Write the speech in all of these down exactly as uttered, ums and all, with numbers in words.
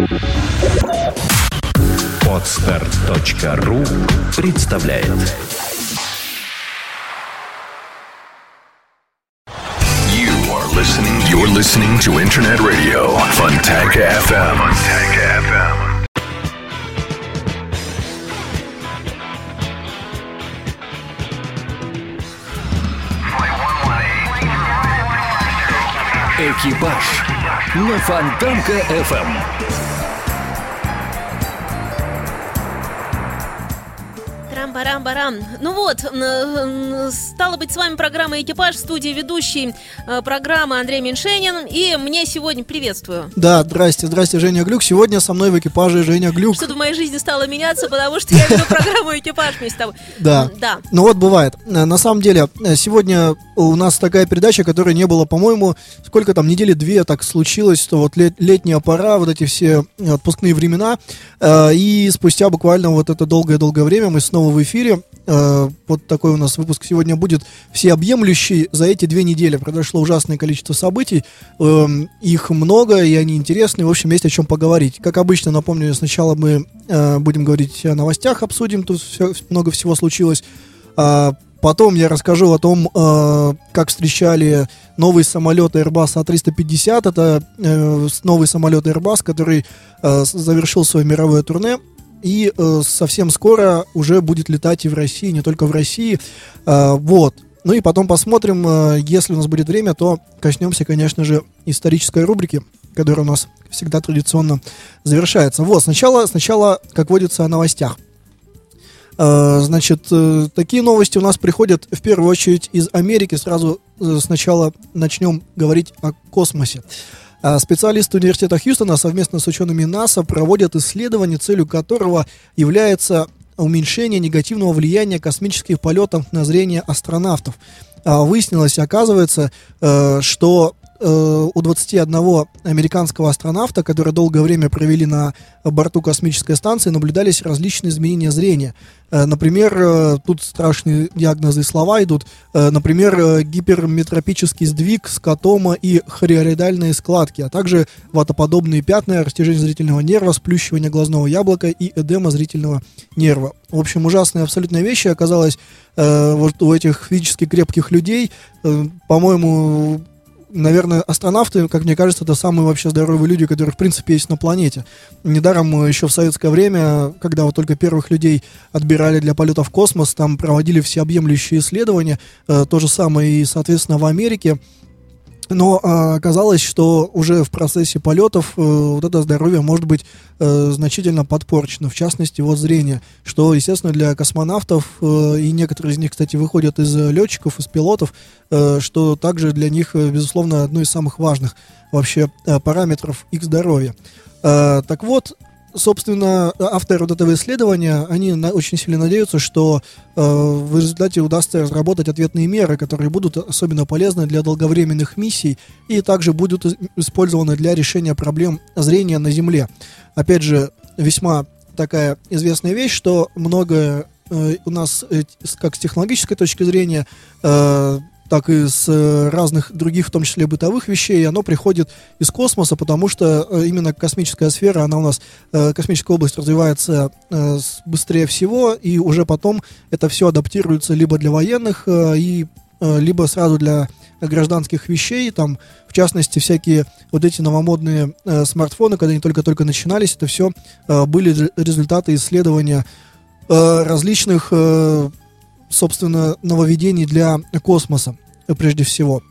Подстер точка ру представляет. You are listening. You're listening to Internet Radio Fontanka эф эм. Fontanka эф эм. Экипаж на Фонтанка эф эм. Барам-барам. Ну вот, стало быть, с вами программа «Экипаж», в студии ведущий программы Андрей Меньшенин. И мне сегодня приветствую. Да, здрасте, здрасте, Женя Глюк. Сегодня со мной в экипаже Женя Глюк. Что-то в моей жизни стало меняться, потому что я веду программу «Экипаж» вместе с тобой. Да, да. Ну вот бывает. На самом деле, сегодня у нас такая передача, которой не было, по-моему, сколько там, недели две так случилось, что вот лет, летняя пора, вот эти все отпускные времена. И спустя буквально вот это долгое-долгое время мы снова в эфире. Вот такой у нас выпуск сегодня будет всеобъемлющий. За эти две недели произошло ужасное количество событий. Их много, и они интересны. В общем, есть о чем поговорить. Как обычно, напомню, сначала мы будем говорить о новостях, обсудим. Тут все, много всего случилось. Потом я расскажу о том, как встречали новый самолет Airbus эй триста пятьдесят. Это новый самолет Airbus, который завершил свое мировое турне. И э, совсем скоро уже будет летать и в России, не только в России. Э, вот. Ну и потом посмотрим, э, если у нас будет время, то коснемся, конечно же, исторической рубрики, которая у нас всегда традиционно завершается. Вот, сначала, сначала как водится, о новостях. Э, значит, э, такие новости у нас приходят в первую очередь из Америки. Сразу э, сначала начнем говорить о космосе. Специалисты университета Хьюстона совместно с учеными НАСА проводят исследование, целью которого является уменьшение негативного влияния космических полетов на зрение астронавтов. Выяснилось, оказывается, что у двадцати одного американского астронавта, которые долгое время провели на борту космической станции, наблюдались различные изменения зрения. Например, тут страшные диагнозы и слова идут. Например, гиперметропический сдвиг, скотома и хореоидальные складки, а также ватоподобные пятна, растяжение зрительного нерва, сплющивание глазного яблока и эдема зрительного нерва. В общем, ужасные абсолютно вещи оказалось вот у этих физически крепких людей. По-моему, наверное, астронавты, как мне кажется, это самые вообще здоровые люди, которые, в принципе, есть на планете. Недаром еще в советское время, когда вот только первых людей отбирали для полета в космос, там проводили всеобъемлющие исследования, э, то же самое и, соответственно, в Америке. Но э, оказалось, что уже в процессе полетов э, вот это здоровье может быть э, значительно подпорчено, в частности, вот зрение, что, естественно, для космонавтов, э, и некоторые из них, кстати, выходят из летчиков, из пилотов, э, что также для них, э, безусловно, одно из самых важных вообще э, параметров их здоровья. Э, так вот, собственно, авторы вот этого исследования, они на, очень сильно надеются, что э, в результате удастся разработать ответные меры, которые будут особенно полезны для долговременных миссий и также будут использованы для решения проблем зрения на Земле. Опять же, весьма такая известная вещь, что многое э, у нас, э, как с технологической точки зрения, э, так и с разных других, в том числе бытовых вещей, оно приходит из космоса, потому что именно космическая сфера, она у нас, космическая область развивается быстрее всего, и уже потом это все адаптируется либо для военных, и, либо сразу для гражданских вещей, там, в частности, всякие вот эти новомодные смартфоны, когда они только-только начинались, это все были результаты исследования различных, собственно, нововведений для космоса, прежде всего.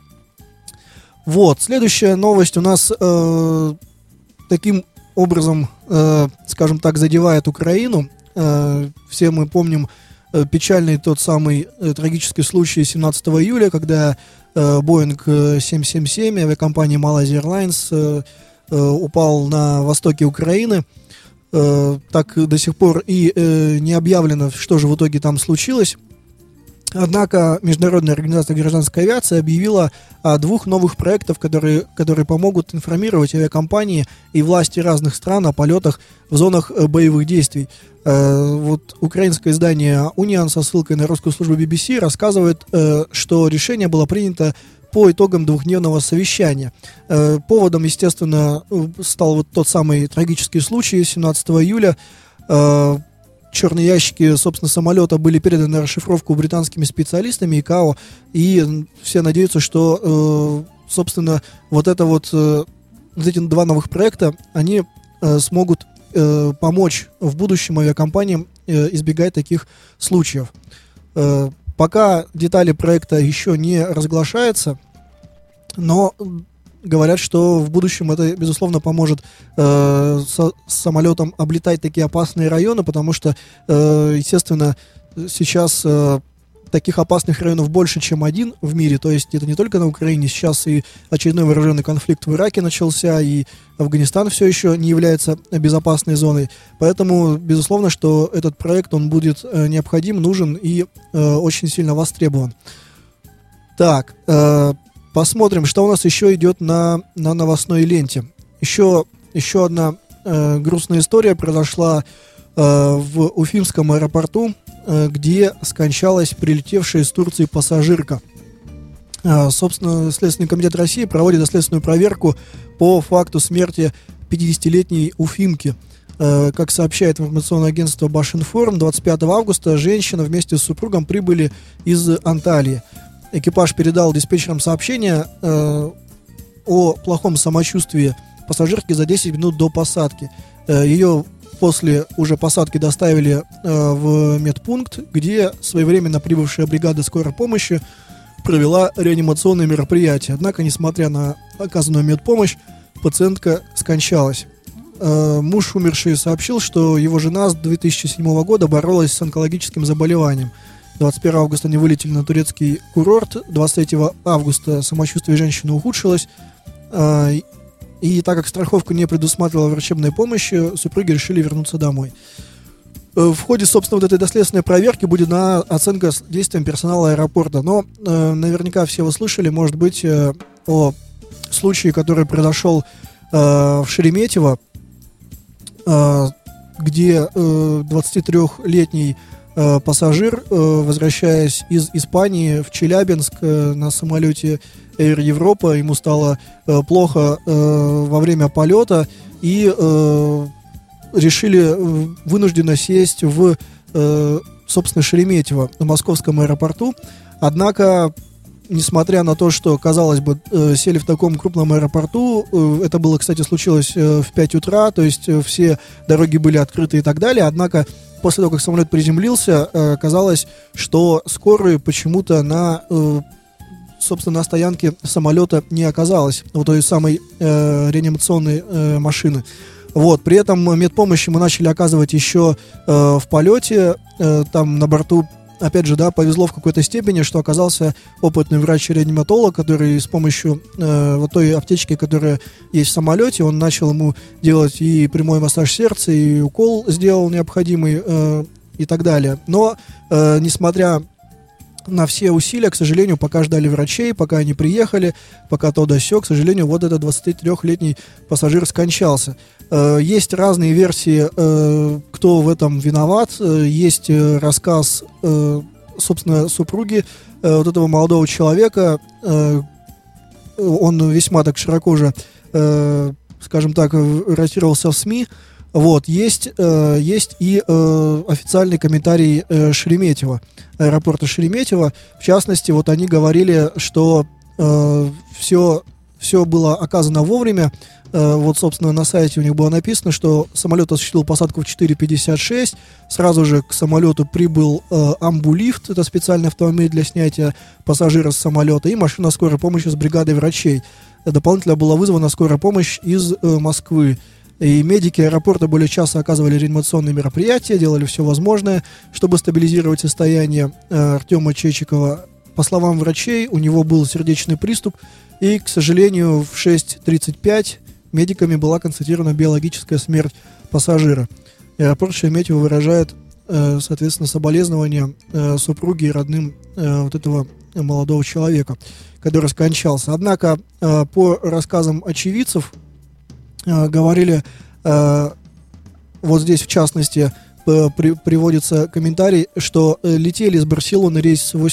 Вот, следующая новость у нас э, таким образом, э, скажем так, задевает Украину. Э, все мы помним э, печальный тот самый э, трагический случай семнадцатого июля, когда э, Boeing семь семь семь авиакомпании Malaysia Airlines э, э, упал на востоке Украины. Э, так до сих пор и э, не объявлено, что же в итоге там случилось. Однако Международная организация гражданской авиации объявила о двух новых проектах, которые, которые помогут информировать авиакомпании и власти разных стран о полетах в зонах боевых действий. Э, вот украинское издание «Униан» со ссылкой на русскую службу би би си рассказывает, э, что решение было принято по итогам двухдневного совещания. Поводом, естественно, стал вот тот самый трагический случай семнадцатого июля. Черные ящики, собственно, самолета были переданы на расшифровку британскими специалистами ИКАО, и все надеются, что, собственно, вот это вот, вот эти два новых проекта, они смогут помочь в будущем авиакомпаниям избегать таких случаев. Пока детали проекта еще не разглашаются, но говорят, что в будущем это, безусловно, поможет э, со, с самолетом облетать такие опасные районы, потому что, э, естественно, сейчас э, таких опасных районов больше, чем один в мире. То есть это не только на Украине, сейчас и очередной вооруженный конфликт в Ираке начался, и Афганистан все еще не является безопасной зоной. Поэтому, безусловно, что этот проект, он будет э, необходим, нужен и э, очень сильно востребован. Так, э, посмотрим, что у нас еще идет на, на новостной ленте. Еще, еще одна э, грустная история произошла э, в Уфимском аэропорту, э, где скончалась прилетевшая из Турции пассажирка. Э, собственно, Следственный комитет России проводит доследственную проверку по факту смерти пятидесятилетней уфимки. Э, как сообщает информационное агентство Башинформ, двадцать пятого августа женщина вместе с супругом прибыли из Анталии. Экипаж передал диспетчерам сообщение э, о плохом самочувствии пассажирки за десять минут до посадки. Э, ее после уже посадки доставили э, в медпункт, где своевременно прибывшая бригада скорой помощи провела реанимационные мероприятия. Однако, несмотря на оказанную медпомощь, пациентка скончалась. Э, муж умершей сообщил, что его жена с две тысячи седьмого года боролась с онкологическим заболеванием. двадцать первого августа они вылетели на турецкий курорт, двадцать третьего августа самочувствие женщины ухудшилось, э, и так как страховка не предусматривала врачебной помощи, супруги решили вернуться домой. Э, в ходе, собственно, вот этой доследственной проверки будет на оценка действиям персонала аэропорта, но э, наверняка все вы слышали, может быть, э, о случае, который произошел э, в Шереметьево, э, где э, двадцатитрёхлетний пассажир, возвращаясь из Испании в Челябинск на самолете Air Europa, ему стало плохо во время полета, и решили вынужденно сесть в, собственно, Шереметьево на московском аэропорту. Однако, несмотря на то, что, казалось бы, сели в таком крупном аэропорту, это было, кстати, случилось в пять утра, то есть все дороги были открыты и так далее, однако после того, как самолет приземлился, оказалось, что скорой почему-то на, собственно, на стоянке самолета не оказалось, вот той самой э, реанимационной э, машины. Вот, при этом медпомощь мы начали оказывать еще э, в полете, э, там на борту, опять же, да, повезло в какой-то степени, что оказался опытный врач-реаниматолог, который с помощью э, вот той аптечки, которая есть в самолете, он начал ему делать и прямой массаж сердца, и укол сделал необходимый, э, и так далее. Но, э, несмотря на все усилия, к сожалению, пока ждали врачей, пока они приехали, пока то да сё, к сожалению, вот этот двадцатитрёхлетний пассажир скончался. Э, есть разные версии, э, кто в этом виноват. Э, есть э, рассказ, э, собственно, супруги э, вот этого молодого человека. Э, он весьма так широко уже, э, скажем так, ротировался в СМИ. Вот, есть, э, есть и э, официальный комментарий э, Шереметьево, аэропорта Шереметьево. В частности, вот они говорили, что э, все, все было оказано вовремя. Э, вот, собственно, на сайте у них было написано, что самолет осуществил посадку в четыре пятьдесят шесть. Сразу же к самолету прибыл э, амбулифт, это специальный автомобиль для снятия пассажира с самолета, и машина скорой помощи с бригадой врачей. Дополнительно была вызвана скорая помощь из э, Москвы. И медики аэропорта более часа оказывали реанимационные мероприятия, делали все возможное, чтобы стабилизировать состояние э, Артема Чечикова. По словам врачей, у него был сердечный приступ, и, к сожалению, в шесть тридцать пять медиками была констатирована биологическая смерть пассажира. Аэропорт Шереметьево выражает, э, соответственно, соболезнования э, супруге и родным э, вот этого молодого человека, который скончался. Однако, э, по рассказам очевидцев, говорили, э, вот здесь в частности э, при, приводится комментарий, что э, летели из Барселоны рейс восемьдесят,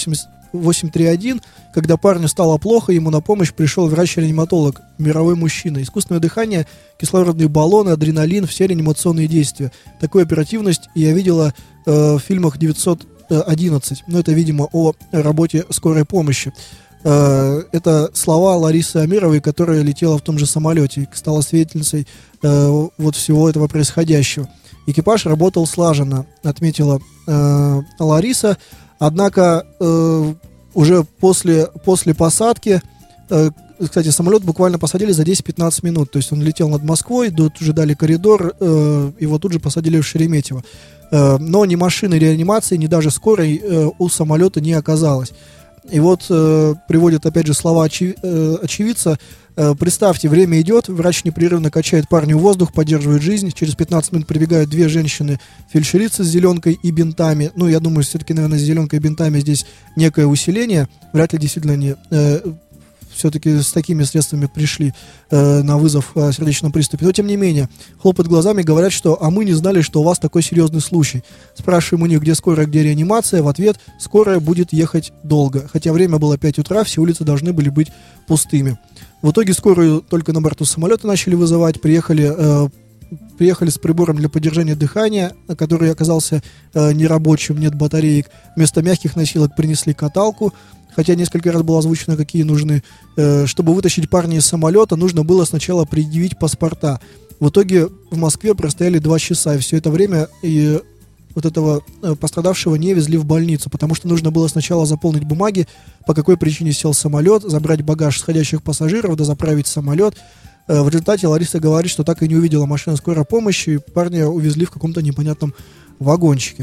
восемь три один, когда парню стало плохо, ему на помощь пришел врач-реаниматолог, мировой мужчина. Искусственное дыхание, кислородные баллоны, адреналин, все реанимационные действия. Такую оперативность я видела э, в фильмах девятьсот одиннадцать, но это, видимо, о работе скорой помощи. Э, это слова Ларисы Амировой, которая летела в том же самолете и стала свидетельницей э, вот всего этого происходящего. Экипаж работал слаженно, отметила э, Лариса, однако э, уже после, после посадки, э, кстати, самолет буквально посадили за десять-пятнадцать минут, то есть он летел над Москвой, тут уже дали коридор, э, его тут же посадили в Шереметьево. Э, но ни машины реанимации, ни даже скорой э, у самолета не оказалось. И вот э, приводят опять же слова очи, э, очевидца. Э, представьте, время идет, врач непрерывно качает парню воздух, поддерживает жизнь. Через пятнадцать минут прибегают две женщины-фельдшерицы с зеленкой и бинтами. Ну, я думаю, все-таки, наверное, с зеленкой и бинтами здесь некое усиление. Вряд ли действительно они э, все-таки с такими средствами пришли э, на вызов о сердечном приступе. Но, тем не менее, хлопают глазами, говорят, что «а мы не знали, что у вас такой серьезный случай». Спрашиваем у них, где скорая, где реанимация. В ответ «скорая будет ехать долго». Хотя время было пять утра, все улицы должны были быть пустыми. В итоге скорую только на борту самолета начали вызывать. Приехали, э, приехали с прибором для поддержания дыхания, который оказался э, нерабочим, нет батареек. Вместо мягких носилок принесли каталку. Хотя несколько раз было озвучено, какие нужны. Э, чтобы вытащить парня из самолета, нужно было сначала предъявить паспорта. В итоге в Москве простояли два часа, и все это время и вот этого э, пострадавшего не везли в больницу, потому что нужно было сначала заполнить бумаги, по какой причине сел самолет, забрать багаж сходящих пассажиров, дозаправить самолет. Э, в результате Лариса говорит, что так и не увидела машину скорой помощи, и парня увезли в каком-то непонятном вагончике.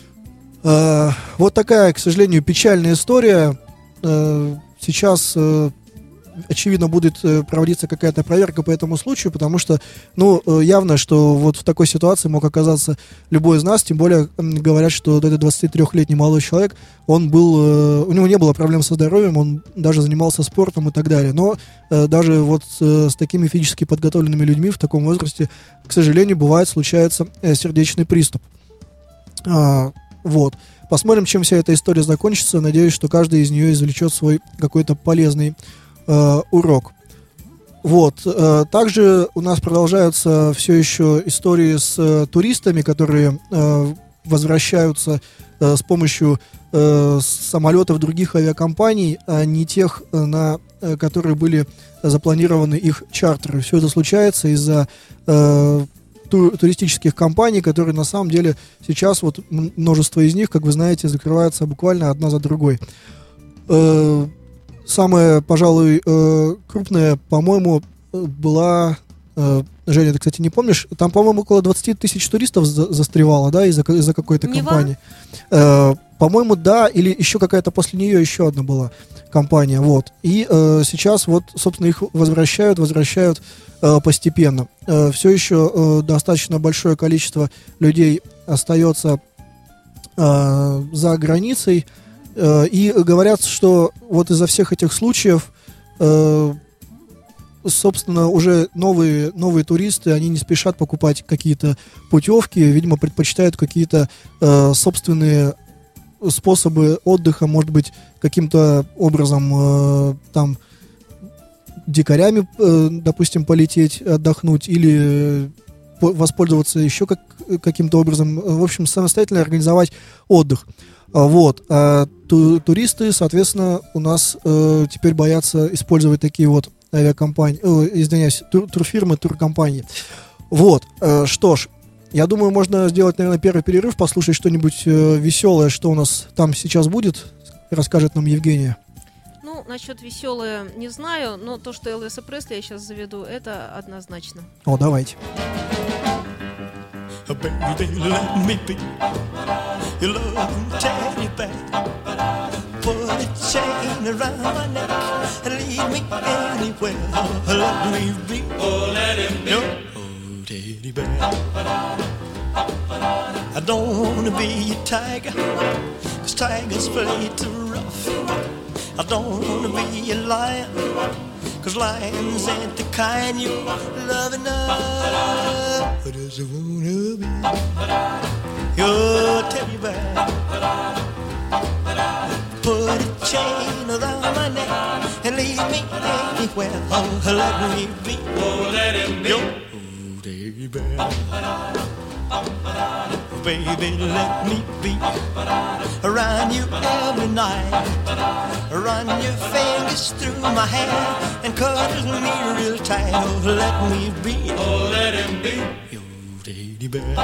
Э, вот такая, к сожалению, печальная история. Сейчас, очевидно, будет проводиться какая-то проверка по этому случаю, потому что, ну, явно, что вот в такой ситуации мог оказаться любой из нас, тем более говорят, что этот двадцатитрёхлетний молодой человек, он был, у него не было проблем со здоровьем, он даже занимался спортом и так далее, но даже вот с такими физически подготовленными людьми в таком возрасте, к сожалению, бывает, случается сердечный приступ. Вот. Посмотрим, чем вся эта история закончится. Надеюсь, что каждый из нее извлечет свой какой-то полезный э, урок. Вот. Э, также у нас продолжаются все еще истории с э, туристами, которые э, возвращаются э, с помощью э, самолетов других авиакомпаний, а не тех, э, на э, которые были запланированы их чартеры. Все это случается из-за э, туристических компаний, которые на самом деле сейчас вот множество из них, как вы знаете, закрываются буквально одна за другой. Э, самая, пожалуй, э, крупная, по-моему, была... Э, Женя, ты, кстати, не помнишь? Там, по-моему, около двадцать тысяч туристов за- застревало, да, из-за, из-за какой-то Не компании. Э, по-моему, да, или еще какая-то после нее еще одна была компания, вот. И э, сейчас вот, собственно, их возвращают, возвращают э, постепенно. Э, все еще э, достаточно большое количество людей остается э, за границей, э, и говорят, что вот из-за всех этих случаев, э, собственно, уже новые, новые туристы, они не спешат покупать какие-то путевки, видимо, предпочитают какие-то э, собственные способы отдыха, может быть, каким-то образом э, там дикарями, э, допустим, полететь, отдохнуть, или по- воспользоваться еще как, каким-то образом, в общем, самостоятельно организовать отдых. А, вот. А ту- туристы, соответственно, у нас э, теперь боятся использовать такие вот авиакомпании, э, извиняюсь, тур- турфирмы, туркомпании. Вот. Э, что ж, я думаю, можно сделать, наверное, первый перерыв, послушать что-нибудь э, веселое, что у нас там сейчас будет, расскажет нам Евгения. Ну, насчет веселое не знаю, но то, что Элвиса Пресли я сейчас заведу, это однозначно. О, давайте. Baby, let me be your loving teddy bear. Put a chain around my neck and lead me anywhere. Let me be, oh, let him be your oh, teddy bear. I don't wanna be a tiger, 'cause tigers play too rough. I don't wanna be a lion, 'cause lions ain't the kind you love enough. I just wanna be your teddy bear. Put a chain anywhere. Oh, let me be. Oh, let him be. Your teddy bear. Baby, let me be around you every night. Run your fingers through my hair and cuddle me real tight. Oh, let me be. Oh, let him be. Your teddy bear.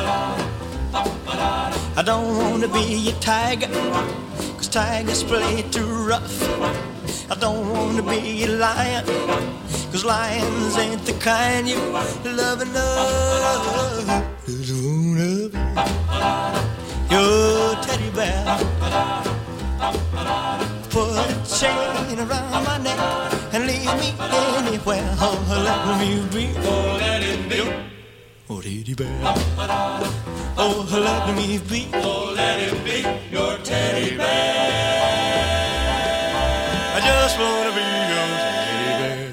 I don't wanna be a tiger, 'cause tigers play too rough. I don't wanna be a lion, 'cause lions ain't the kind you love enough. Just wanna be your teddy bear. Put a chain around my neck and leave me anywhere. Oh, let me be. Oh, let it be. Oh, teddy bear. Oh, let me be. Oh, let it be your teddy bear. I just wanna be your teddy bear.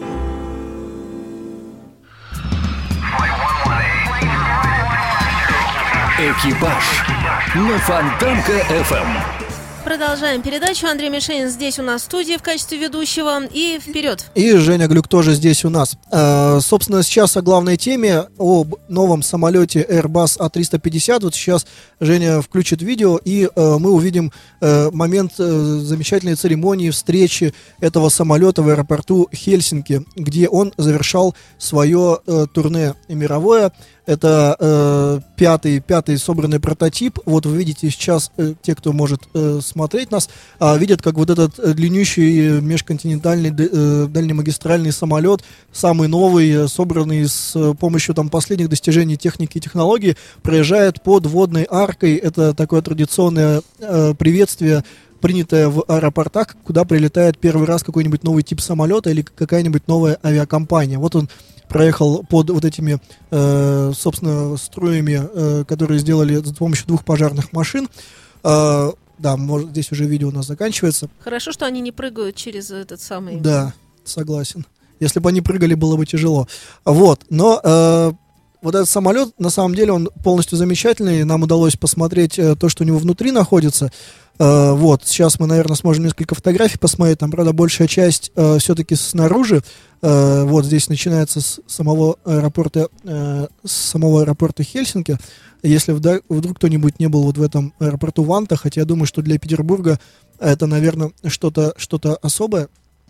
Экипаж на Фонтанка эф эм. Продолжаем передачу. Андрей Мишенин здесь у нас в студии в качестве ведущего. И вперед. И Женя Глюк тоже здесь у нас. Э, собственно, сейчас о главной теме, об новом самолете Airbus а триста пятьдесят. Вот сейчас Женя включит видео, и э, мы увидим э, момент э, замечательной церемонии встречи этого самолета в аэропорту Хельсинки, где он завершал свое э, турне мировое. Это э, пятый, пятый собранный прототип. Вот вы видите сейчас, э, те, кто может э, смотреть нас, э, видят, как вот этот э, длиннющий межконтинентальный э, дальнемагистральный самолет, самый новый, э, собранный с э, помощью там последних достижений техники и технологий, проезжает под водной аркой. Это такое традиционное э, приветствие, принятое в аэропортах, куда прилетает первый раз какой-нибудь новый тип самолета или какая-нибудь новая авиакомпания. Вот он проехал под вот этими, э, собственно, струями, э, которые сделали с помощью двух пожарных машин. Э, да, может, здесь уже видео у нас заканчивается. Хорошо, что они не прыгают через этот самый... Да, согласен. Если бы они прыгали, было бы тяжело. Вот, но... Э, Вот этот самолет, на самом деле, он полностью замечательный. Нам удалось посмотреть э, то, что у него внутри находится. Э, вот, сейчас мы, наверное, сможем несколько фотографий посмотреть. Там, правда, большая часть э, все-таки снаружи. Э, вот здесь начинается с самого аэропорта, э, с самого аэропорта Хельсинки. Если вдруг, вдруг кто-нибудь не был вот в этом аэропорту Ванта, хотя я думаю, что для Петербурга это, наверное, что-то, что-то особое.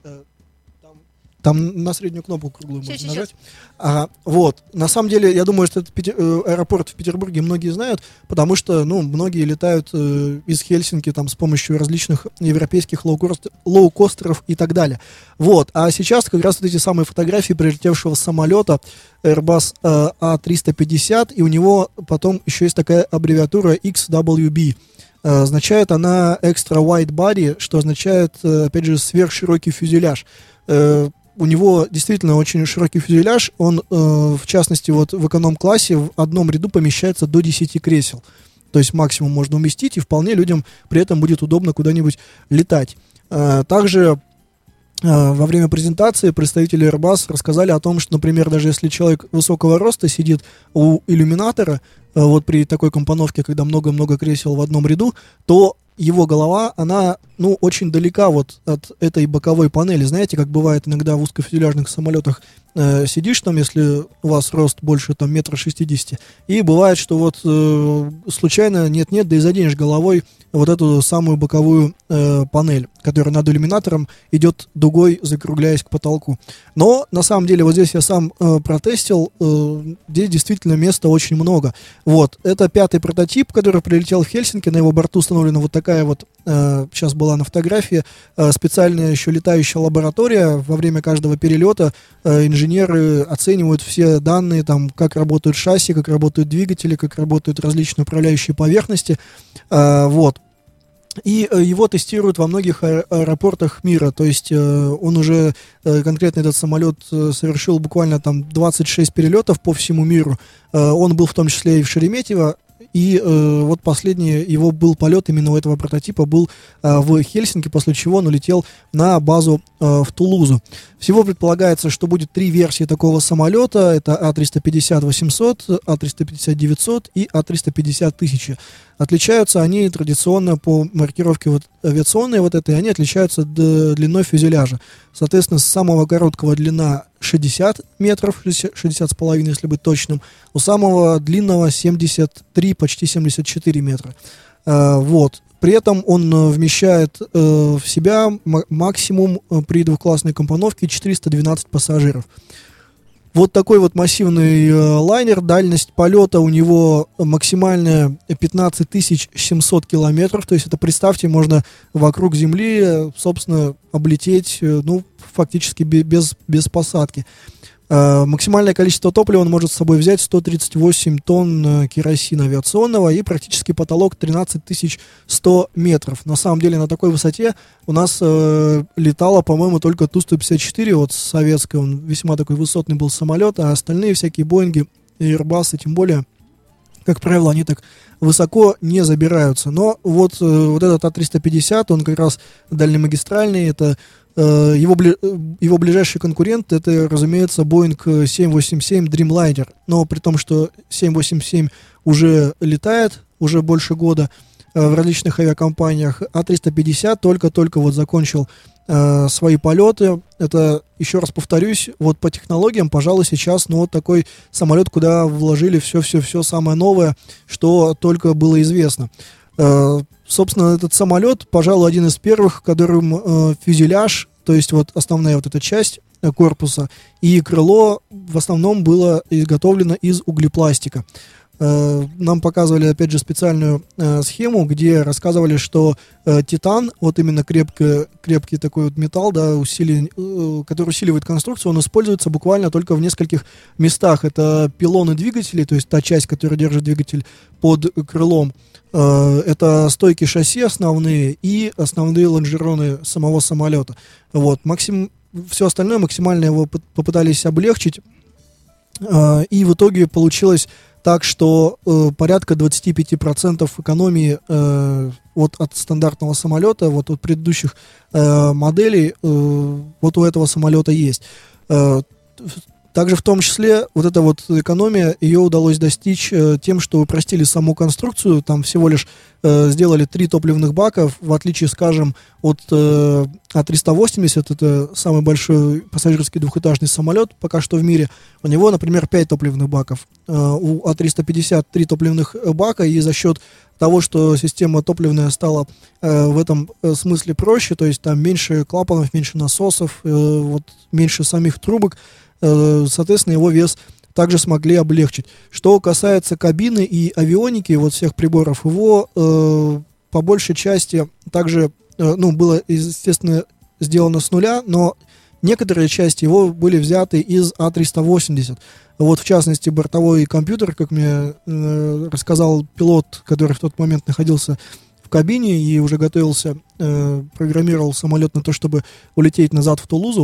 Там на среднюю кнопку круглую сейчас, можно сейчас. нажать. Ага, вот. На самом деле, я думаю, что этот Петер... аэропорт в Петербурге многие знают, потому что, ну, многие летают э, из Хельсинки там с помощью различных европейских лоукост... лоукостеров и так далее. Вот. А сейчас как раз вот эти самые фотографии прилетевшего самолета Airbus э, а триста пятьдесят, и у него потом еще есть такая аббревиатура икс дабл ю би. Э, означает она Extra Wide Body, что означает, э, опять же, сверхширокий фюзеляж. Э, У него действительно очень широкий фюзеляж. Он, э, в частности, вот в эконом-классе в одном ряду помещается до десяти кресел. То есть максимум можно уместить, и вполне людям при этом будет удобно куда-нибудь летать. Э, также э, во время презентации представители Airbus рассказали о том, что, например, даже если человек высокого роста сидит у иллюминатора, э, вот при такой компоновке, когда много-много кресел в одном ряду, то его голова, она, ну, очень далека вот от этой боковой панели. Знаете, как бывает иногда в узкофюзеляжных самолетах, э, сидишь там, если у вас рост больше там метра шестидесяти, и бывает, что вот э, случайно нет-нет, да и заденешь головой вот эту самую боковую э, панель, которая над иллюминатором идет дугой, закругляясь к потолку. Но, на самом деле, вот здесь я сам э, протестил, э, здесь действительно места очень много. Вот, это пятый прототип, который прилетел в Хельсинки, на его борту установлена вот такая вот, э, сейчас была на фотографии, э, специальная еще летающая лаборатория. Во время каждого перелета э, инженеры оценивают все данные, там, как работают шасси, как работают двигатели, как работают различные управляющие поверхности. Э, вот. И э, его тестируют во многих аэ- аэропортах мира. То есть э, он уже, э, конкретно этот самолет, э, совершил буквально там двадцать шесть перелетов по всему миру. Э, он был в том числе и в Шереметьево. И э, вот последний его был полет именно у этого прототипа был э, в Хельсинки, после чего он улетел на базу э, в Тулузу. Всего предполагается, что будет три версии такого самолета. Это А триста пятьдесят восемьсот, А триста пятьдесят девятьсот и А триста пятьдесят тысяча. Отличаются они традиционно по маркировке вот, авиационной вот этой, они отличаются д- длиной фюзеляжа. Соответственно, с самого короткого длина шестьдесят метров, шестьдесят с половиной, если быть точным, у самого длинного семьдесят три, почти семьдесят четыре метра. Э, вот. При этом он вмещает э, в себя м- максимум э, при двухклассной компоновке четыреста двенадцать пассажиров. Вот такой вот массивный э, лайнер, дальность полета у него максимальная пятнадцать тысяч семьсот километров, то есть это, представьте, можно вокруг Земли, собственно, облететь, э, ну, фактически без, без посадки. Э, максимальное количество топлива он может с собой взять сто тридцать восемь тонн э, керосина авиационного и практически потолок тринадцать тысяч сто метров. На самом деле на такой высоте у нас э, летало, по-моему, только Ту сто пятьдесят четыре, вот советская, он весьма такой высотный был самолет, а остальные всякие Боинги и Airbus, тем более, как правило, они так высоко не забираются. Но вот, э, вот этот А триста пятьдесят, он как раз дальнемагистральный, это э, его, бли, его ближайший конкурент, это, разумеется, Boeing семь восемь семь Dreamliner. Но при том, что семь восемь семь уже летает, уже больше года, в различных авиакомпаниях, А триста пятьдесят только-только вот закончил э, свои полеты. Это, еще раз повторюсь, вот по технологиям, пожалуй, сейчас, ну, вот такой самолет, куда вложили все-все-все самое новое, что только было известно. Э, собственно, этот самолет, пожалуй, один из первых, которым э, фюзеляж, то есть вот основная вот эта часть э, корпуса и крыло в основном было изготовлено из углепластика. Нам показывали, опять же, специальную э, схему, где рассказывали, что э, титан, вот именно крепкий, крепкий такой вот металл, да, усилий, э, который усиливает конструкцию, он используется буквально только в нескольких местах. Это пилоны двигателей, то есть та часть, которая держит двигатель под крылом. Э, это стойки шасси основные и основные лонжероны самого самолета. Вот, максим... Все остальное максимально его попытались облегчить, э, и в итоге получилось так, что э, порядка двадцать пять процентов экономии э, вот от стандартного самолета, вот от предыдущих э, моделей, э, вот у этого самолета есть. Э, также в том числе вот эта вот экономия, ее удалось достичь э, тем, что упростили саму конструкцию, там всего лишь э, сделали три топливных бака, в отличие, скажем, от э, А триста восемьдесят, это самый большой пассажирский двухэтажный самолет пока что в мире, у него, например, пять топливных баков, э, у А триста пятьдесят три топливных бака, и за счет того, что система топливная стала э, в этом э, смысле проще, то есть там меньше клапанов, меньше насосов, э, вот, меньше самих трубок, э, соответственно, его вес также смогли облегчить. Что касается кабины и авионики, вот всех приборов, его э, по большей части также, э, ну, было, естественно, сделано с нуля, но некоторые части его были взяты из А триста восемьдесят. Вот, в частности, бортовой компьютер, как мне э, рассказал пилот, который в тот момент находился в кабине и уже готовился, э, программировал самолет на то, чтобы улететь назад в Тулузу.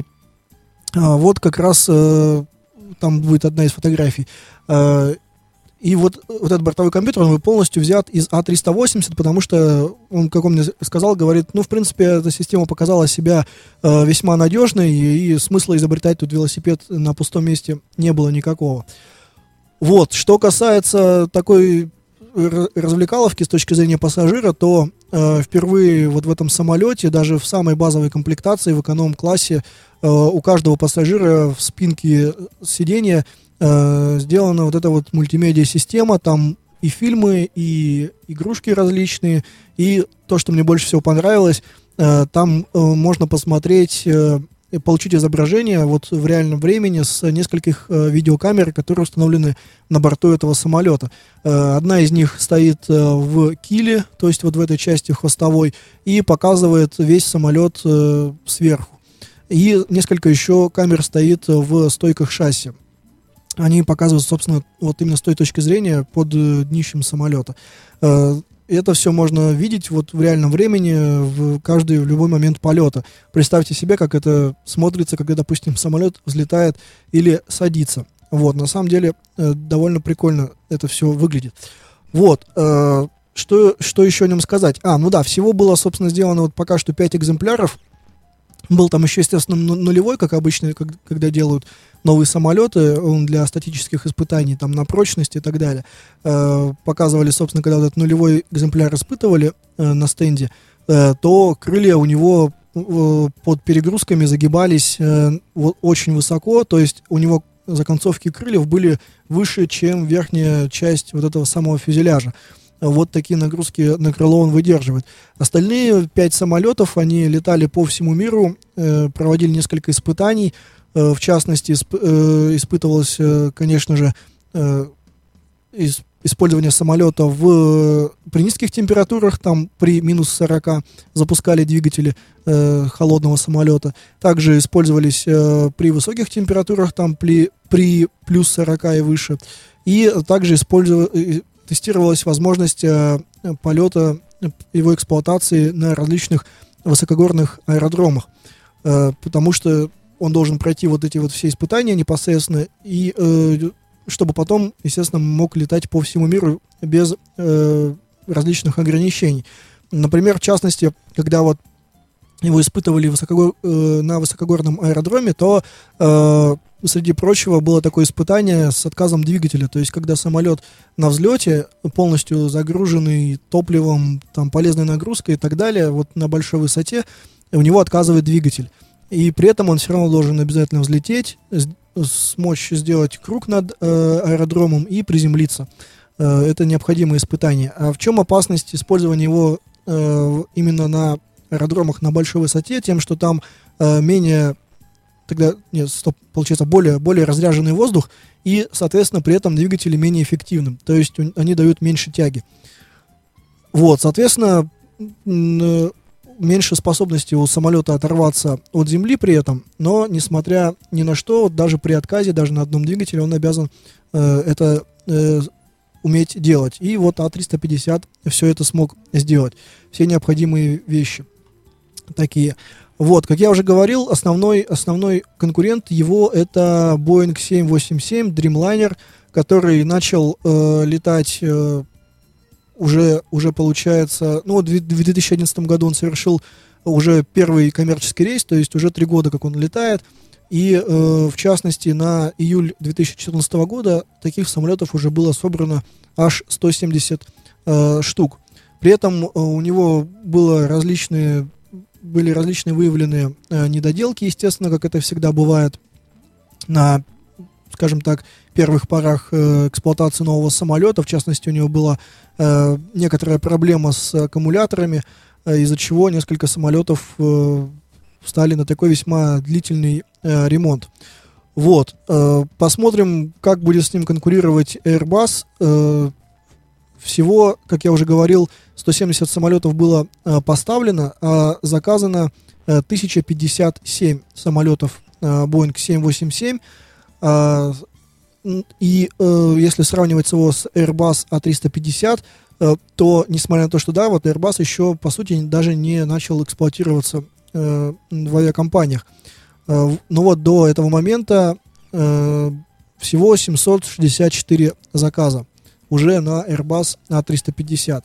А, вот как раз э, там будет одна из фотографий. Э, И вот, вот этот бортовой компьютер, он полностью взят из А триста восемьдесят, потому что он, как он мне сказал, говорит, ну, в принципе, эта система показала себя э, весьма надежной, и, и смысла изобретать тут велосипед на пустом месте не было никакого. Вот, что касается такой развлекаловки с точки зрения пассажира, то э, впервые вот в этом самолете, даже в самой базовой комплектации, в эконом-классе, э, у каждого пассажира в спинке сиденья Uh, сделана вот эта вот мультимедиа-система, там и фильмы, и игрушки различные, и то, что мне больше всего понравилось, uh, там uh, можно посмотреть, uh, получить изображение вот в реальном времени с нескольких uh, видеокамер, которые установлены на борту этого самолета. Uh, одна из них стоит uh, в киле, то есть вот в этой части хвостовой, и показывает весь самолет uh, сверху. И несколько еще камер стоит в стойках шасси. Они показывают, собственно, вот именно с той точки зрения под э, днищем самолета. Э, это все можно видеть вот в реальном времени, в каждый, в любой момент полета. Представьте себе, как это смотрится, когда, допустим, самолет взлетает или садится. Вот, на самом деле, э, довольно прикольно это все выглядит. Вот, э, что, что еще о нем сказать? А, ну да, всего было, собственно, сделано вот пока что пять экземпляров. Был там еще, естественно, нулевой, как обычно, когда делают новые самолеты, он для статических испытаний, там, на прочность и так далее. Э, показывали, собственно, когда вот этот нулевой экземпляр испытывали э, на стенде, э, то крылья у него э, под перегрузками загибались э, вот, очень высоко, то есть у него законцовки крыльев были выше, чем верхняя часть вот этого самого фюзеляжа. Вот такие нагрузки на крыло он выдерживает. Остальные пять самолетов, они летали по всему миру, э, проводили несколько испытаний. Э, в частности, исп, э, испытывалось, э, конечно же, э, из, использование самолета в, при низких температурах, там при минус сорока запускали двигатели э, холодного самолета. Также использовались э, при высоких температурах, там при, при плюс сорока и выше. И также использовали... тестировалась возможность э, полета, его эксплуатации на различных высокогорных аэродромах, э, потому что он должен пройти вот эти вот все испытания непосредственно, и э, чтобы потом, естественно, мог летать по всему миру без э, различных ограничений. Например, в частности, когда вот его испытывали высокогор, э, на высокогорном аэродроме, то э, среди прочего было такое испытание с отказом двигателя. То есть, когда самолет на взлете, полностью загруженный топливом, там, полезной нагрузкой и так далее, вот на большой высоте, у него отказывает двигатель. И при этом он все равно должен обязательно взлететь, смочь сделать круг над э, аэродромом и приземлиться. Э, это необходимое испытание. А в чем опасность использования его э, именно на аэродромах на большой высоте? Тем, что там э, менее... тогда, нет, стоп, получается, более, более разряженный воздух, и, соответственно, при этом двигатели менее эффективны, то есть они дают меньше тяги. Вот, соответственно, меньше способности у самолета оторваться от земли при этом, но, несмотря ни на что, даже при отказе, даже на одном двигателе, он обязан э, это э, уметь делать. И вот А триста пятьдесят все это смог сделать, все необходимые вещи такие. Вот, как я уже говорил, основной, основной конкурент его это Boeing семь восемьдесят семь Dreamliner, который начал э, летать э, уже, уже получается, ну, в две тысячи одиннадцатом году он совершил уже первый коммерческий рейс, то есть уже три года, как он летает, и э, в частности на июль две тысячи четырнадцатого года таких самолетов уже было собрано аж сто семьдесят э, штук. При этом э, у него было различные были различные выявленные э, недоделки, естественно, как это всегда бывает на, скажем так, первых порах э, эксплуатации нового самолета. В частности, у него была э, некоторая проблема с аккумуляторами, э, из-за чего несколько самолетов э, встали на такой весьма длительный э, ремонт. Вот. Э, посмотрим, как будет с ним конкурировать Airbus. Э, Всего, как я уже говорил, сто семьдесят самолетов было э, поставлено, а заказано э, тысяча пятьдесят семь самолетов э, Boeing семь восемьдесят семь. Э, и э, если сравнивать его с Airbus А триста пятьдесят, э, то, несмотря на то, что да, вот Airbus еще, по сути, даже не начал эксплуатироваться э, в авиакомпаниях. Э, но вот до этого момента э, всего семьсот шестьдесят четыре заказа уже на Airbus А триста пятьдесят.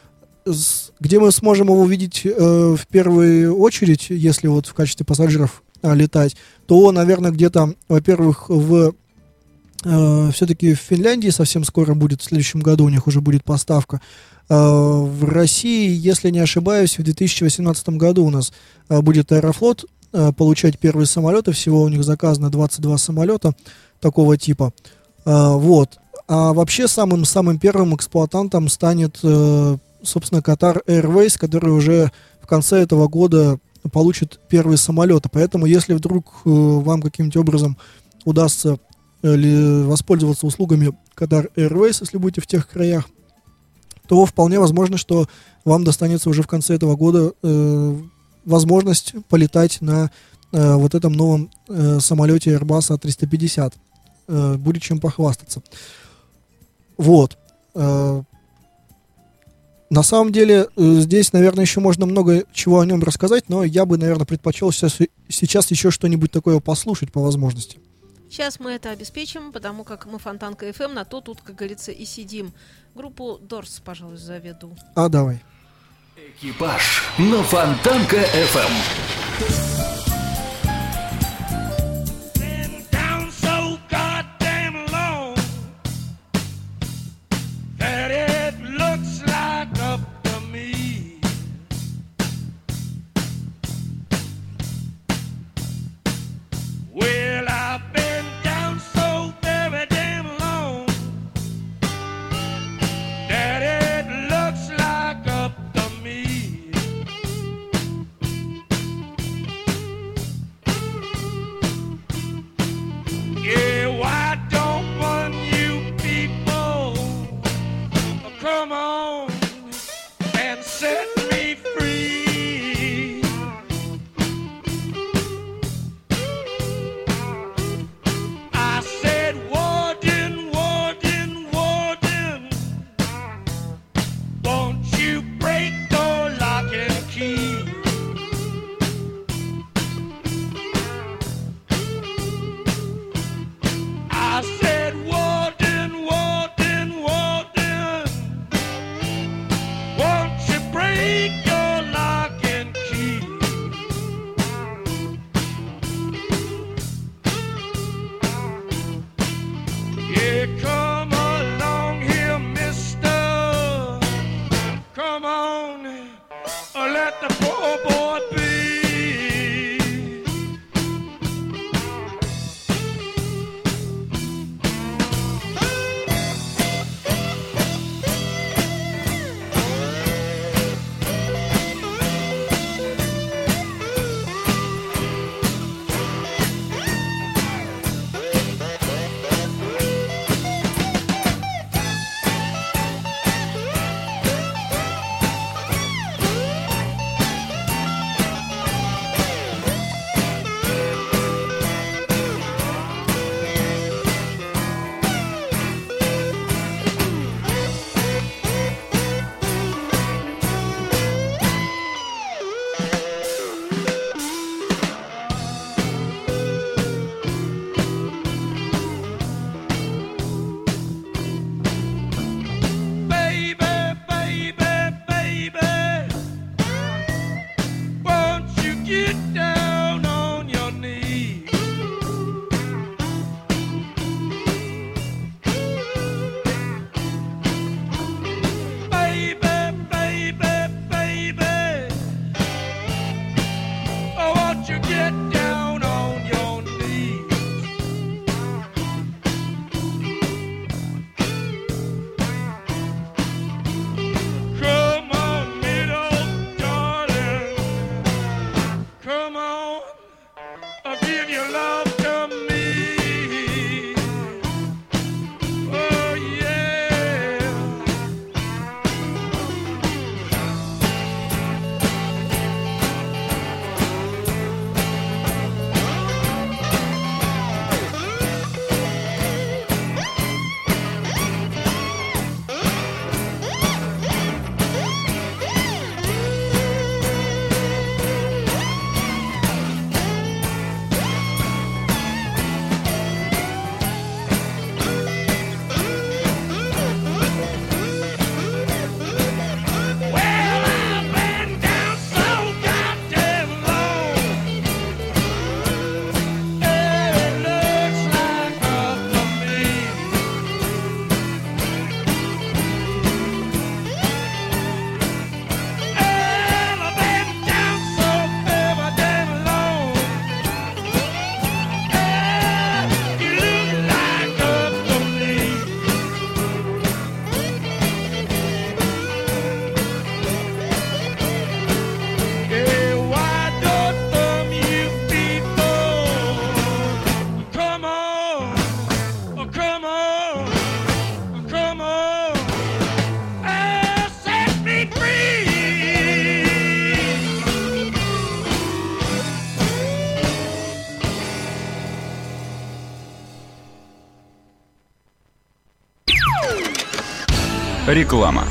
Где мы сможем его увидеть э, в первую очередь, если вот в качестве пассажиров э, летать, то, наверное, где-то, во-первых, в э, все-таки в Финляндии совсем скоро будет, в следующем году у них уже будет поставка. Э, в России, если не ошибаюсь, в две тысячи восемнадцатом году у нас э, будет Аэрофлот э, получать первые самолеты. Всего у них заказано двадцать два самолета такого типа. Э, вот. А вообще самым-самым первым эксплуатантом станет, э, собственно, Qatar Airways, который уже в конце этого года получит первые самолеты. Поэтому, если вдруг э, вам каким-нибудь образом удастся э, ли, воспользоваться услугами Qatar Airways, если будете в тех краях, то вполне возможно, что вам достанется уже в конце этого года э, возможность полетать на э, вот этом новом э, самолете Airbus А триста пятьдесят. Э, будет чем похвастаться. Вот. На самом деле, здесь, наверное, еще можно много чего о нем рассказать, но я бы, наверное, предпочел сейчас, сейчас еще что-нибудь такое послушать по возможности. Сейчас мы это обеспечим, потому как мы Фонтанка эф эм, на то тут, как говорится, и сидим. Группу Doors, пожалуй, заведу. А, давай. Экипаж на Фонтанка эф эм. Реклама.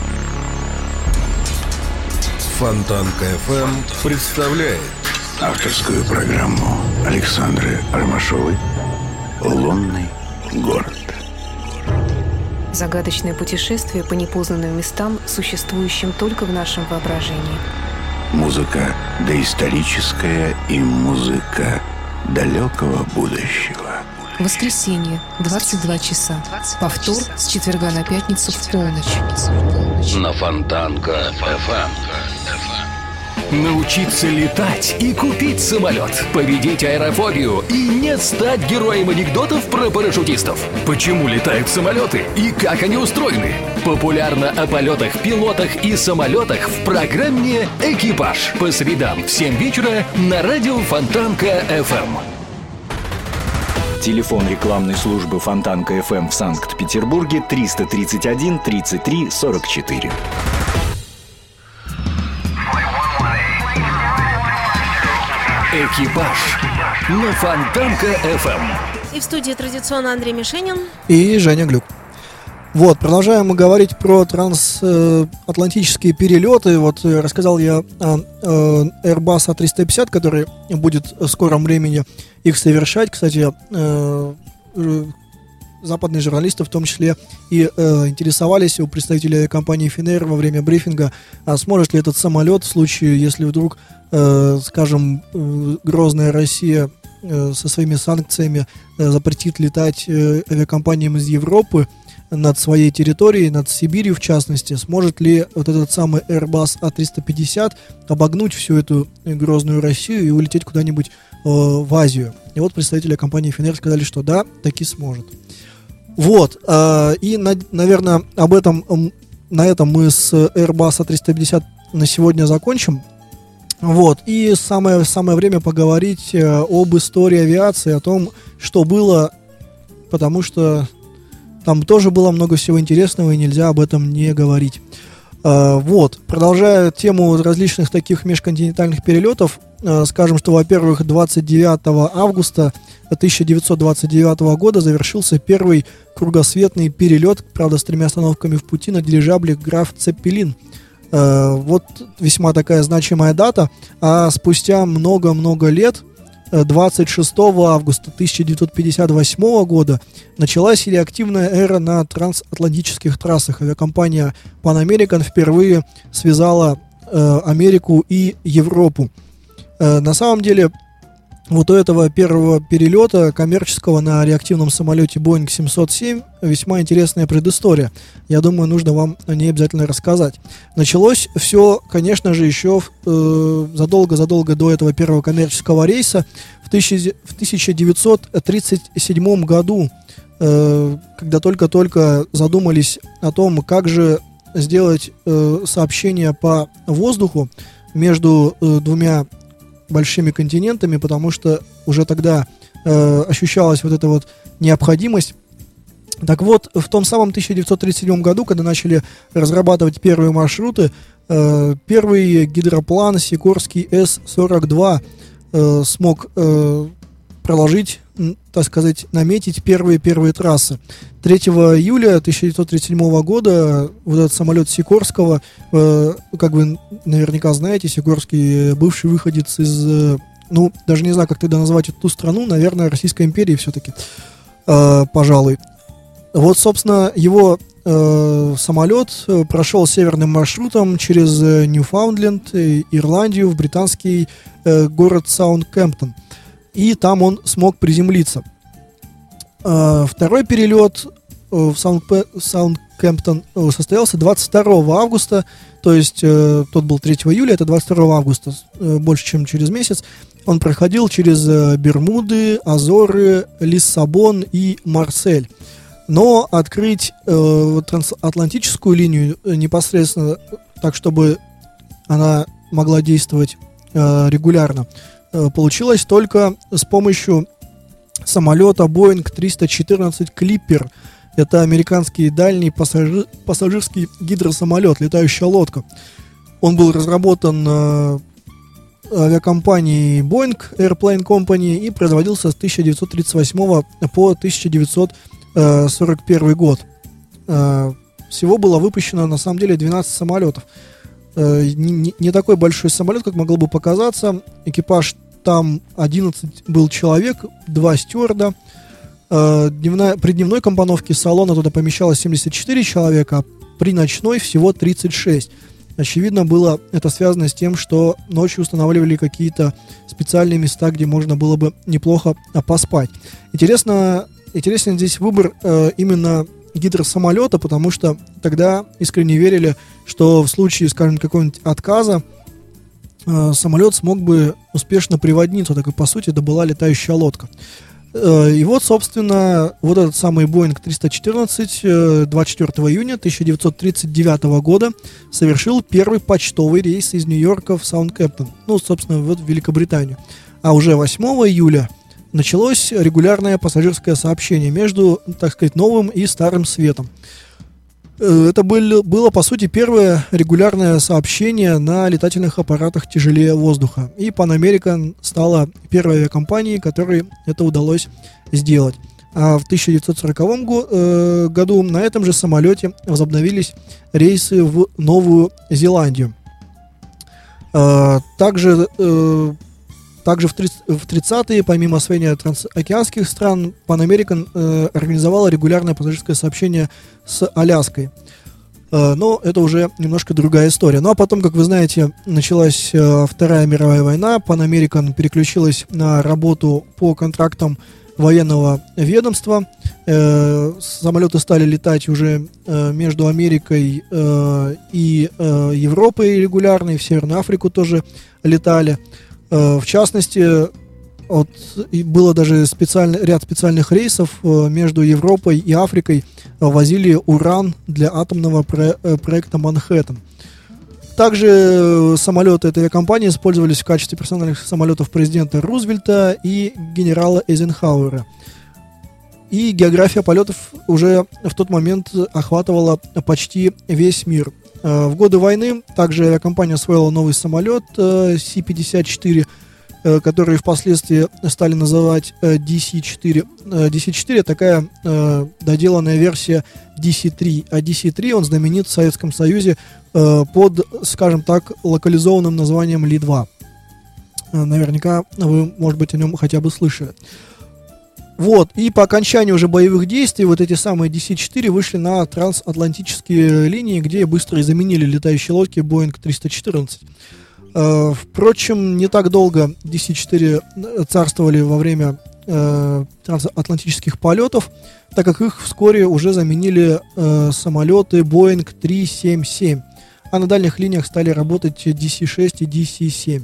Фонтанка эф эм представляет авторскую программу Александры Ромашовой Лунный город. Загадочное путешествие по непознанным местам, существующим только в нашем воображении. Музыка доисторическая и музыка далекого будущего. Воскресенье, двадцать два часа. Повтор с четверга на пятницу в полночь. На Фонтанка эф эм. Научиться летать и купить самолет, победить аэрофобию и не стать героем анекдотов про парашютистов. Почему летают самолеты и как они устроены? Популярно о полетах, пилотах и самолетах в программе «Экипаж» по средам в семь вечера на радио Фонтанка эф эм. Телефон рекламной службы Фонтанка эф эм в Санкт-Петербурге триста тридцать один тридцать три сорок четыре. «Экипаж» на Фонтанка эф эм. И в студии традиционно Андрей Мишенин И Женя Глюк. Вот, продолжаем мы говорить про трансатлантические перелеты. Вот э, рассказал я о э, Airbus эй триста пятьдесят, который будет в скором времени их совершать. Кстати, э, э, западные журналисты в том числе и э, интересовались у представителей компании Finnair во время брифинга, а сможет ли этот самолет в случае, если вдруг, э, скажем, э, грозная Россия э, со своими санкциями э, запретит летать э, авиакомпаниям из Европы над своей территорией, над Сибирью в частности, сможет ли вот этот самый Airbus эй триста пятьдесят обогнуть всю эту грозную Россию и улететь куда-нибудь э, в Азию. И вот представители компании Finnair сказали, что да, таки сможет. Вот, э, и, на, наверное, об этом, на этом мы с Airbus эй триста пятьдесят на сегодня закончим. Вот, и самое, самое время поговорить э, об истории авиации, о том, что было, потому что там тоже было много всего интересного, и нельзя об этом не говорить. Э, вот, продолжая тему различных таких межконтинентальных перелетов, э, скажем, что, во-первых, двадцать девятого августа тысяча девятьсот двадцать девятого года завершился первый кругосветный перелет, правда, с тремя остановками в пути, на дирижабле «Граф Цеппелин». Э, вот весьма такая значимая дата, а спустя много-много лет, двадцать шестого августа тысяча девятьсот пятьдесят восьмого года, началась реактивная эра на трансатлантических трассах. Авиакомпания Pan American впервые связала э, Америку и Европу. Э, на самом деле, вот у этого первого перелета коммерческого на реактивном самолете Boeing семьсот семь весьма интересная предыстория. Я думаю, нужно вам о ней обязательно рассказать. Началось все, конечно же, еще э, задолго-задолго до этого первого коммерческого рейса в, тысяча, в тысяча девятьсот тридцать седьмом году, э, когда только-только задумались о том, как же сделать э, сообщение по воздуху между э, двумя большими континентами, потому что уже тогда э, ощущалась вот эта вот необходимость. Так вот, в том самом тысяча девятьсот тридцать седьмом году, когда начали разрабатывать первые маршруты, э, первый гидроплан Сикорский эс сорок два э, смог э, проложить, так сказать, наметить первые-первые трассы. третьего июля тысяча девятьсот тридцать седьмого года вот этот самолет Сикорского, э, как вы наверняка знаете, Сикорский бывший выходец из, э, ну, даже не знаю, как тогда назвать эту страну, наверное, Российской империи все-таки, э, пожалуй. Вот, собственно, его э, самолет прошел северным маршрутом через Ньюфаундленд, Ирландию, в британский э, город Саутгемптон. И там он смог приземлиться. Э, второй перелет э, в Саутгемптон э, состоялся двадцать второго августа, то есть э, тот был третьего июля, это двадцать второго августа, э, больше чем через месяц. Он проходил через э, Бермуды, Азоры, Лиссабон и Марсель. Но открыть э, трансатлантическую линию э, непосредственно так, чтобы она могла действовать э, регулярно, э, получилось только с помощью самолета Boeing триста четырнадцать Clipper. Это американский дальний пассажир, пассажирский гидросамолет, летающая лодка. Он был разработан э, авиакомпанией Boeing Airplane Company и производился с тысяча девятьсот тридцать восьмого по тысяча девятьсот сорок первый год. Всего было выпущено на самом деле двенадцать самолетов. Не, не такой большой самолет, как могло бы показаться. Экипаж там одиннадцать был человек, два стюарда. Э, дневная, при дневной компоновке салона туда помещалось семьдесят четыре человека, а при ночной всего тридцать шесть. Очевидно, было это связано с тем, что ночью устанавливали какие-то специальные места, где можно было бы неплохо поспать. Интересно, интересен здесь выбор э, именно гидросамолета, потому что тогда искренне верили, что в случае, скажем, какого-нибудь отказа э, самолет смог бы успешно приводниться, так и по сути это была летающая лодка. Э, и вот, собственно, вот этот самый Боинг триста четырнадцать э, двадцать четвёртого июня тысяча девятьсот тридцать девятого года совершил первый почтовый рейс из Нью-Йорка в Саутгемптон, ну, собственно, вот в Великобританию. А уже восьмого июля началось регулярное пассажирское сообщение между, так сказать, новым и старым светом. Это был, было, по сути, первое регулярное сообщение на летательных аппаратах тяжелее воздуха. И Pan American стала первой авиакомпанией, которой это удалось сделать. А в тысяча девятьсот сороковом году на этом же самолете возобновились рейсы в Новую Зеландию. Также... Также в тридцатые, помимо освоения трансокеанских стран, Pan American э, организовала регулярное пассажирское сообщение с Аляской. Э, но это уже немножко другая история. Ну а потом, как вы знаете, началась э, Вторая мировая война. Pan American переключилась на работу по контрактам военного ведомства. Э, самолеты стали летать уже э, между Америкой э, и э, Европой регулярно, и в Северную Африку тоже летали. В частности, вот, было даже специальный, ряд специальных рейсов между Европой и Африкой, возили уран для атомного про, проекта «Манхэттен». Также самолеты этой авиакомпании использовались в качестве персональных самолетов президента Рузвельта и генерала Эйзенхауэра. И география полетов уже в тот момент охватывала почти весь мир. В годы войны также авиакомпания освоила новый самолет Си пятьдесят четыре, который впоследствии стали называть Ди Си четыре. Ди Си четыре такая доделанная версия Ди Си три, а Ди Си три он знаменит в Советском Союзе под, скажем так, локализованным названием Ли два. Наверняка вы, может быть, о нем хотя бы слышали. Вот, и по окончанию уже боевых действий вот эти самые Ди Си четыре вышли на трансатлантические линии, где быстро и заменили летающие лодки Боинг триста четырнадцать. Э, впрочем, не так долго Ди Си четыре царствовали во время э, трансатлантических полетов, так как их вскоре уже заменили э, самолеты Боинг триста семьдесят семь, а на дальних линиях стали работать Ди Си шесть и Ди Си семь.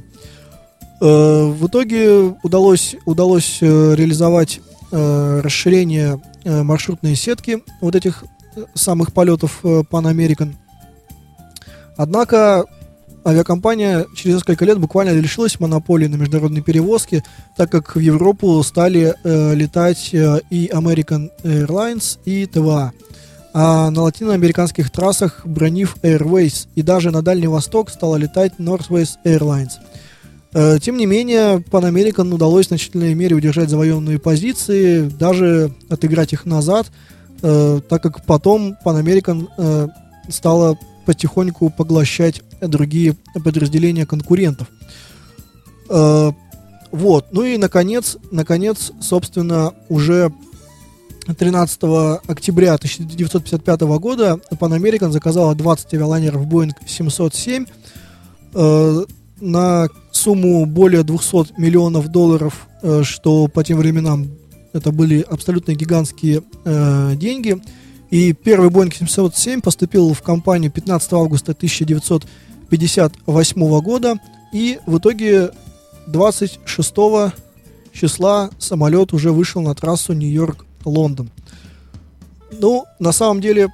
Э, в итоге удалось, удалось э, реализовать расширение э, маршрутной сетки вот этих самых полетов э, Pan American. Однако авиакомпания через несколько лет буквально лишилась монополии на международные перевозки, так как в Европу стали э, летать э, и American Airlines, и Тэ Вэ А. А на латиноамериканских трассах Braniff Airways, и даже на Дальний Восток стала летать Northwest Airlines. Тем не менее, Pan American удалось в значительной мере удержать завоеванные позиции, даже отыграть их назад, э, так как потом Pan American э, стала потихоньку поглощать другие подразделения конкурентов. Э, вот. Ну и, наконец, наконец, собственно, уже тринадцатого октября тысяча девятьсот пятьдесят пятого года Pan American заказала двадцать авиалайнеров Boeing семьсот семь, э, на сумму более двести миллионов долларов, э, что по тем временам это были абсолютно гигантские э, деньги. И первый Boeing семьсот семь поступил в компанию пятнадцатого августа тысяча девятьсот пятьдесят восьмого года, и в итоге двадцать шестого числа самолет уже вышел на трассу Нью-Йорк-Лондон. Ну, на самом деле,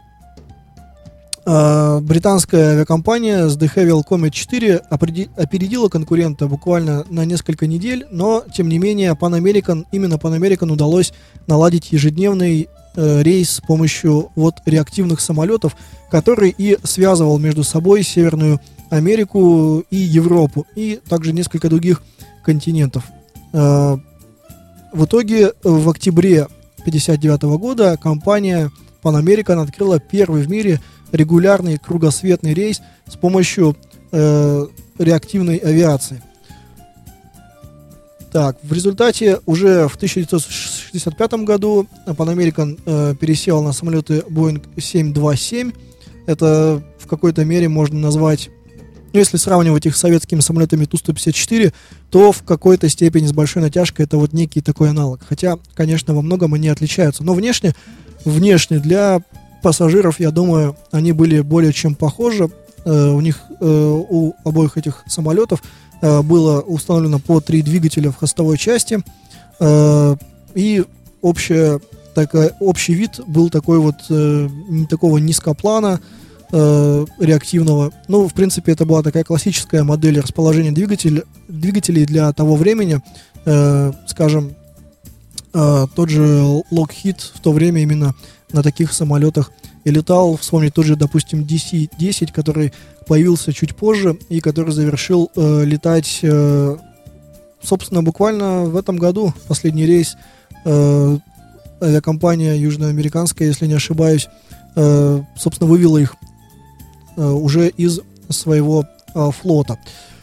британская авиакомпания с де Хевилл Комет четыре опередила конкурента буквально на несколько недель, но, тем не менее, Pan American, именно Pan American удалось наладить ежедневный э, рейс с помощью вот реактивных самолетов, который и связывал между собой Северную Америку и Европу, и также несколько других континентов. Э, в итоге в октябре тысяча девятьсот пятьдесят девятого года компания Pan American открыла первый в мире регулярный кругосветный рейс с помощью э, реактивной авиации. Так, в результате уже в тысяча девятьсот шестьдесят пятом году Pan American э, пересел на самолеты Boeing семь двадцать семь. Это в какой-то мере можно назвать, ну, если сравнивать их с советскими самолетами Ту сто пятьдесят четыре, то в какой-то степени с большой натяжкой это вот некий такой аналог. Хотя, конечно, во многом они отличаются. Но внешне, внешне для пассажиров, я думаю, они были более чем похожи. Э, у них, э, у обоих этих самолетов э, было установлено по три двигателя в хвостовой части. Э, и общая, такая, общий вид был такой вот, э, такого низкоплана, э, реактивного. Ну, в принципе, это была такая классическая модель расположения двигатель, двигателей для того времени. Э, скажем, э, тот же Lockheed в то время именно на таких самолетах и летал. Вспомнить тот же, допустим, ди си десять, который появился чуть позже и который завершил э, летать, э, собственно, буквально в этом году. Последний рейс, э, авиакомпания южноамериканская, если не ошибаюсь, э, собственно, вывела их э, уже из своего э, флота.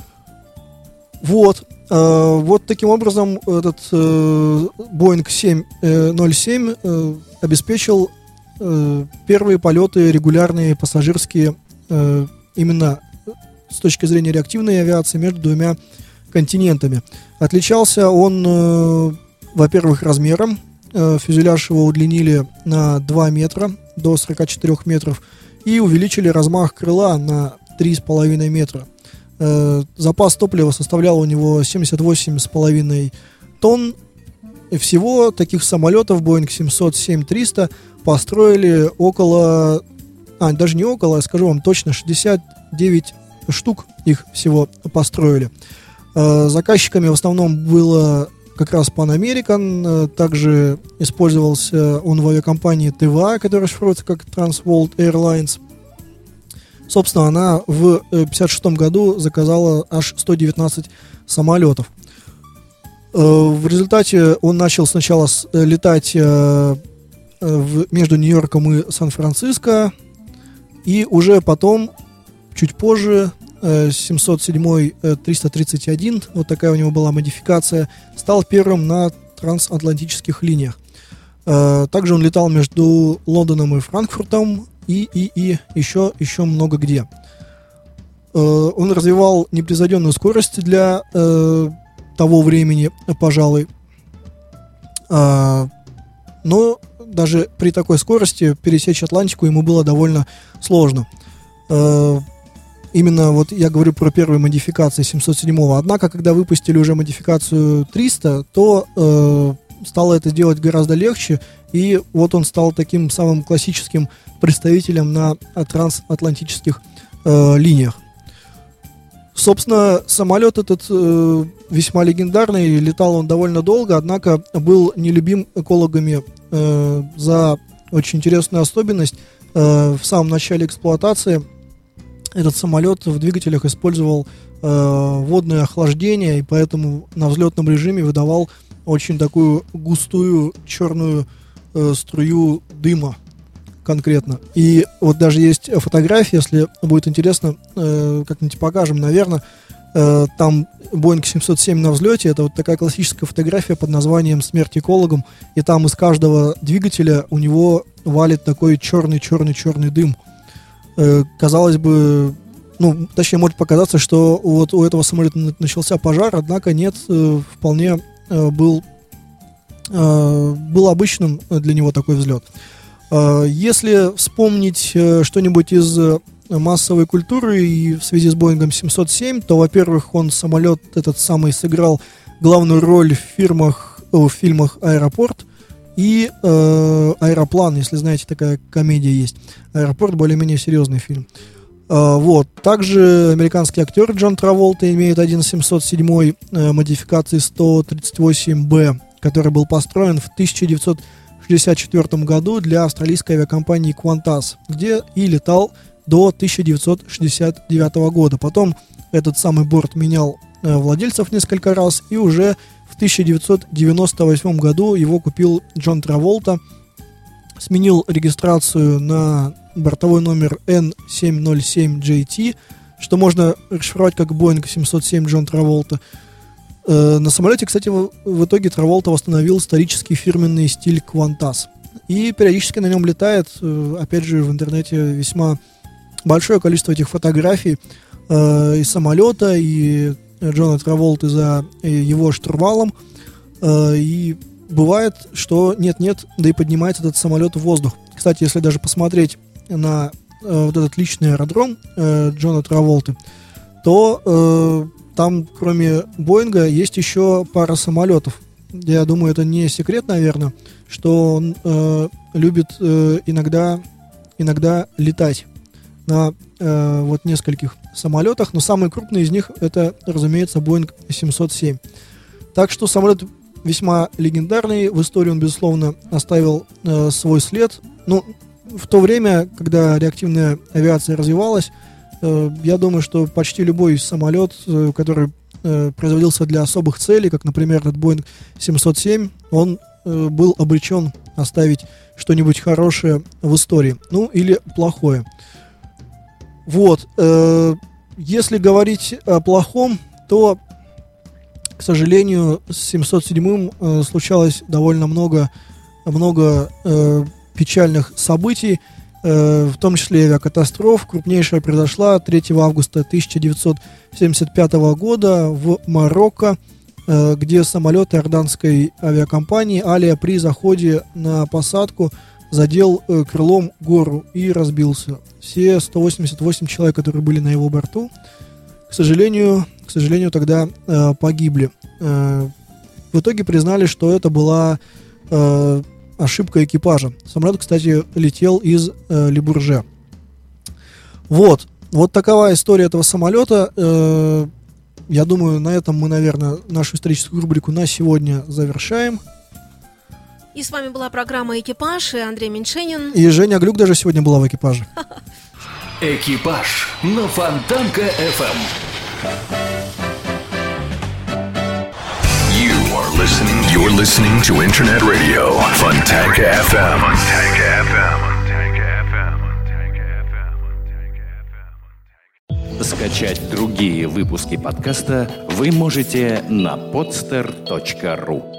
Вот. Uh, вот таким образом этот uh, Boeing семь ноль семь uh, обеспечил uh, первые полеты регулярные пассажирские uh, именно с точки зрения реактивной авиации между двумя континентами. Отличался он, uh, во-первых, размером. Uh, фюзеляж его удлинили на два метра до сорок четыре метров и увеличили размах крыла на три с половиной метра. Э, запас топлива составлял у него семьдесят восемь с половиной тонн. И всего таких самолетов Boeing семьсот семь триста построили около, а даже не около, я скажу вам точно, шестьдесят девять штук их всего построили. Э, заказчиками в основном было как раз Pan American, э, также использовался он в авиакомпании ти ви эй, которая шифруется как Trans World Airlines. Собственно, она в пятьдесят шестом году заказала аж сто девятнадцать самолетов. В результате он начал сначала летать между Нью-Йорком и Сан-Франциско, и уже потом, чуть позже, семьсот семь триста тридцать один, вот такая у него была модификация, стал первым на трансатлантических линиях. Также он летал между Лондоном и Франкфуртом, И, и, и еще, еще много где. Э, он развивал непревзойденную скорость для э, того времени, пожалуй. Э, но даже при такой скорости пересечь Атлантику ему было довольно сложно. Э, именно вот я говорю про первые модификации семьсот седьмого. Однако, когда выпустили уже модификацию триста, то э, стало это делать гораздо легче. И вот он стал таким самым классическим представителем на трансатлантических э, линиях. Собственно, самолет этот э, весьма легендарный, летал он довольно долго, однако был нелюбим экологами э, за очень интересную особенность. Э, в самом начале эксплуатации этот самолет в двигателях использовал э, водное охлаждение, и поэтому на взлетном режиме выдавал очень такую густую черную э, струю дыма конкретно. И вот даже есть фотография, если будет интересно, э, как-нибудь покажем, наверное. Э, там Boeing семьсот семь на взлете, это вот такая классическая фотография под названием «Смерть экологам», и там из каждого двигателя у него валит такой черный-черный-черный дым. Э, казалось бы, ну, точнее, может показаться, что вот у этого самолета начался пожар, однако нет, э, вполне э, был, э, был обычным для него такой взлет. Если вспомнить что-нибудь из массовой культуры и в связи с Боингом семьсот семь, то, во-первых, он, самолет этот самый, сыграл главную роль в, фирмах, в фильмах «Аэропорт» и э, «Аэроплан», если знаете, такая комедия есть. «Аэропорт» более-менее серьезный фильм. Э, вот. Также американский актер Джон Траволта имеет один семьсот семь э, модификации сто тридцать восемь бэ, который был построен в тысяча девятьсот шестьдесят четвёртом году для австралийской авиакомпании Qantas, где и летал до тысяча девятьсот шестьдесят девятого года. Потом этот самый борт менял э, владельцев несколько раз, и уже в тысяча девятьсот девяносто восьмом году его купил Джон Траволта, сменил регистрацию на бортовой номер эн семь ноль семь джей ти, что можно расшифровать как Boeing семьсот семь Джон Траволта. Э, на самолете, кстати, в, в итоге Траволта восстановил исторический фирменный стиль Qantas. И периодически на нем летает, э, опять же, в интернете весьма большое количество этих фотографий э, из самолета, и Джона Траволты за э, его штурвалом. Э, и бывает, что нет-нет, да и поднимается этот самолет в воздух. Кстати, если даже посмотреть на э, вот этот личный аэродром э, Джона Траволты, то э, там, кроме Боинга, есть еще пара самолетов. Я думаю, это не секрет, наверное, что он э, любит э, иногда, иногда летать на э, вот нескольких самолетах, но самый крупный из них это, разумеется, Боинг семьсот семь. Так что самолет весьма легендарный, в истории он, безусловно, оставил э, свой след. Ну, в то время, когда реактивная авиация развивалась, э, я думаю, что почти любой самолет, э, который э, производился для особых целей, как, например, этот Боинг семьсот семь, он э, был обречен оставить что-нибудь хорошее в истории, ну, или плохое. Вот. Э, если говорить о плохом, то, к сожалению, с семьсот седьмым э, случалось довольно много, много э, печальных событий, э, в том числе авиакатастроф. Крупнейшая произошла третьего августа тысяча девятьсот семьдесят пятого года в Марокко, э, где самолет иорданской авиакомпании Алия при заходе на посадку задел э, крылом гору и разбился. Все сто восемьдесят восемь человек, которые были на его борту, к сожалению, к сожалению тогда э, погибли. Э, в итоге признали, что это была э, ошибка экипажа. Самолет, кстати, летел из э, Ле-Бурже. Вот. Вот такова история этого самолета. Э, я думаю, на этом мы, наверное, нашу историческую рубрику на сегодня завершаем. И с вами была программа «Экипаж» и Андрей Меньшенин. И Женя Глюк даже сегодня была в экипаже. Экипаж на Фонтанка эф эм. You are listening. You're listening to Internet Radio Fontanka эф эм. Fontanka эф эм. Скачать другие выпуски подкаста вы можете на podster точка ру.